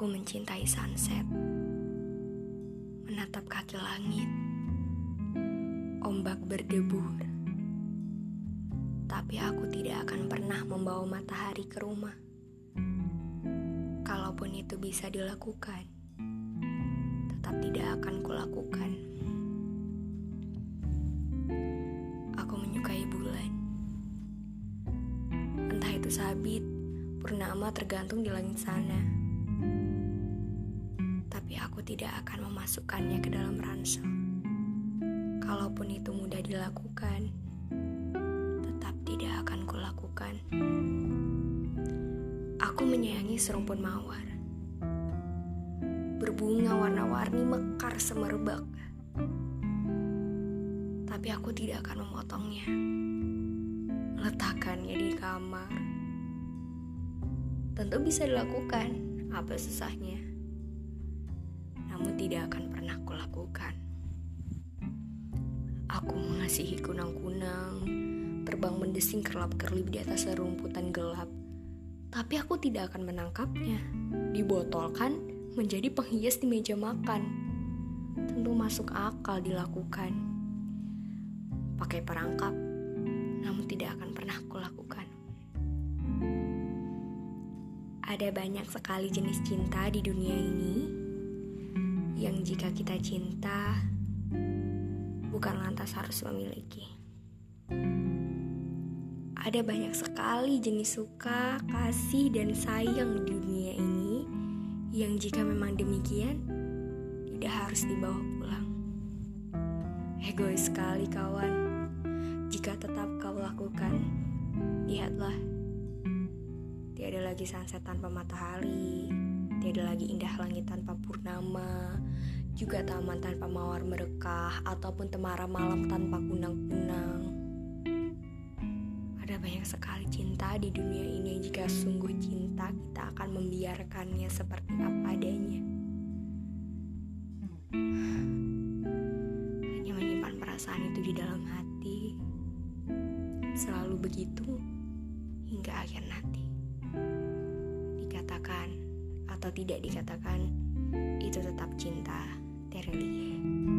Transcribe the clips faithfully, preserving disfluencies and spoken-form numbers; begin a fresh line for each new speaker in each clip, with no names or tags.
Aku mencintai sunset, menatap kaki langit, ombak berdebur. Tapi aku tidak akan pernah membawa matahari ke rumah. Kalaupun itu bisa dilakukan, tetap tidak akan kulakukan. Aku menyukai bulan. Entah itu sabit, purnama tergantung di langit sana. Tapi aku tidak akan memasukkannya ke dalam ransel. Kalaupun itu mudah dilakukan, tetap tidak akan kulakukan. Aku menyayangi serumpun mawar, berbunga warna-warni mekar semerbak. Tapi aku tidak akan memotongnya, meletakkannya di kamar. Tentu bisa dilakukan, apa susahnya? Namun tidak akan pernah kulakukan. Aku mengasihi kunang-kunang, terbang mendesing kerlap-kerlip di atas serumputan gelap. Tapi aku tidak akan menangkapnya, dibotolkan menjadi penghias di meja makan. Tentu masuk akal dilakukan. Pakai perangkap, namun tidak akan pernah kulakukan. Ada banyak sekali jenis cinta di dunia ini, yang jika kita cinta, bukan lantas harus memiliki. Ada banyak sekali jenis suka, kasih, dan sayang di dunia ini, yang jika memang demikian, tidak harus dibawa pulang. Egois sekali kawan, jika tetap kau lakukan. Lihatlah, tiada lagi sunset tanpa matahari, tiada lagi indah langit tanpa purnama, juga taman tanpa mawar merekah, ataupun temara malam tanpa kunang-kunang. Ada banyak sekali cinta di dunia ini. Jika sungguh cinta, kita akan membiarkannya seperti apa adanya. Hanya menyimpan perasaan itu di dalam hati, selalu begitu hingga akhir nanti. Dikatakan atau tidak dikatakan, itu tetap cinta. Terelie.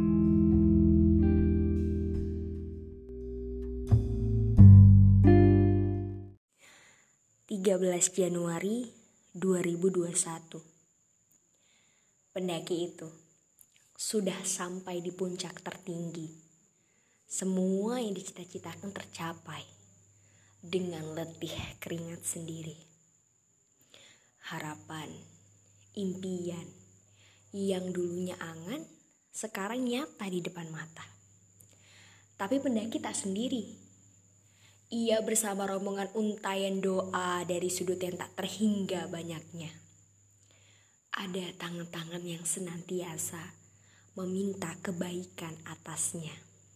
tiga belas Januari dua ribu dua puluh satu. Pendaki itu sudah sampai di puncak tertinggi. Semua yang dicita-citakan tercapai dengan letih keringat sendiri. Harapan, impian yang dulunya angan, sekarang nyata di depan mata. Tapi pendaki tak sendiri. Ia bersama rombongan untayan doa dari sudut yang tak terhingga banyaknya. Ada tangan-tangan yang senantiasa meminta kebaikan atasnya.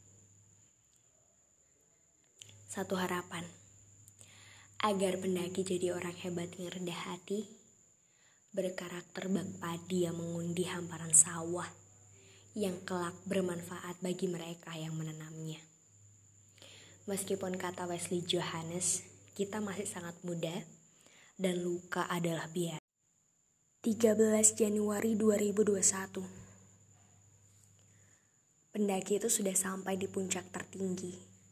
Satu harapan, agar pendaki jadi orang hebat yang rendah hati, berkarakter bak padi yang mengundi hamparan sawah, yang kelak bermanfaat bagi mereka yang menanamnya. Meskipun kata Wesley Johannes, kita masih sangat muda dan luka adalah biasa. tiga belas Januari dua ribu dua puluh satu. Pendaki itu sudah sampai di puncak tertinggi.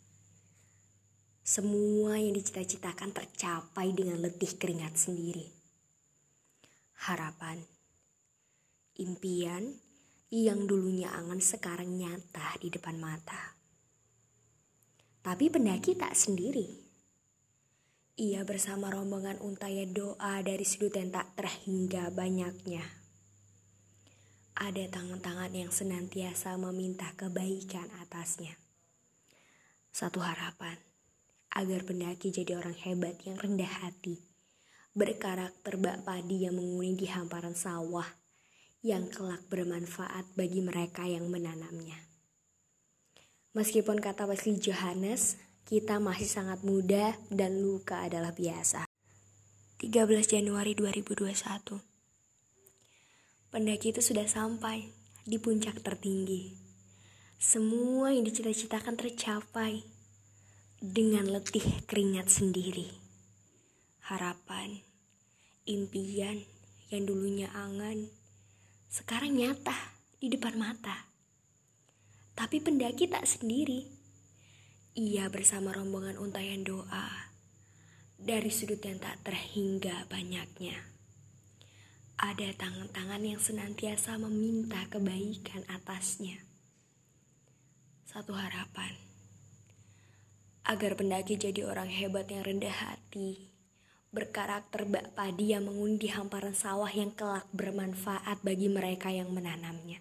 Semua yang dicita-citakan tercapai dengan letih keringat sendiri. Harapan, impian yang dulunya angan sekarang nyata di depan mata. Tapi pendaki tak sendiri. Ia bersama rombongan untayan doa dari sudut yang tak terhingga banyaknya. Ada tangan-tangan yang senantiasa meminta kebaikan atasnya. Satu harapan, agar pendaki jadi orang hebat yang rendah hati, berkarakter bak padi yang menguning di hamparan sawah, yang kelak bermanfaat bagi mereka yang menanamnya. Meskipun kata Wesley Johannes, kita masih sangat muda dan luka adalah biasa. tiga belas Januari dua ribu dua puluh satu. Pendaki itu sudah sampai di puncak tertinggi. Semua yang dicita-citakan tercapai dengan letih keringat sendiri. Harapan, impian yang dulunya angan, sekarang nyata di depan mata. Tapi pendaki tak sendiri. Ia bersama rombongan untayan doa dari sudut yang tak terhingga banyaknya. Ada tangan-tangan yang senantiasa meminta kebaikan atasnya. Satu harapan, agar pendaki jadi orang hebat yang rendah hati, berkarakter bak padi yang mengundi hamparan sawah yang kelak bermanfaat bagi mereka yang menanamnya.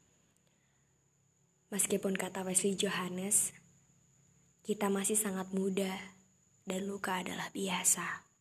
Meskipun kata Wesley Johannes, kita masih sangat muda dan luka adalah biasa.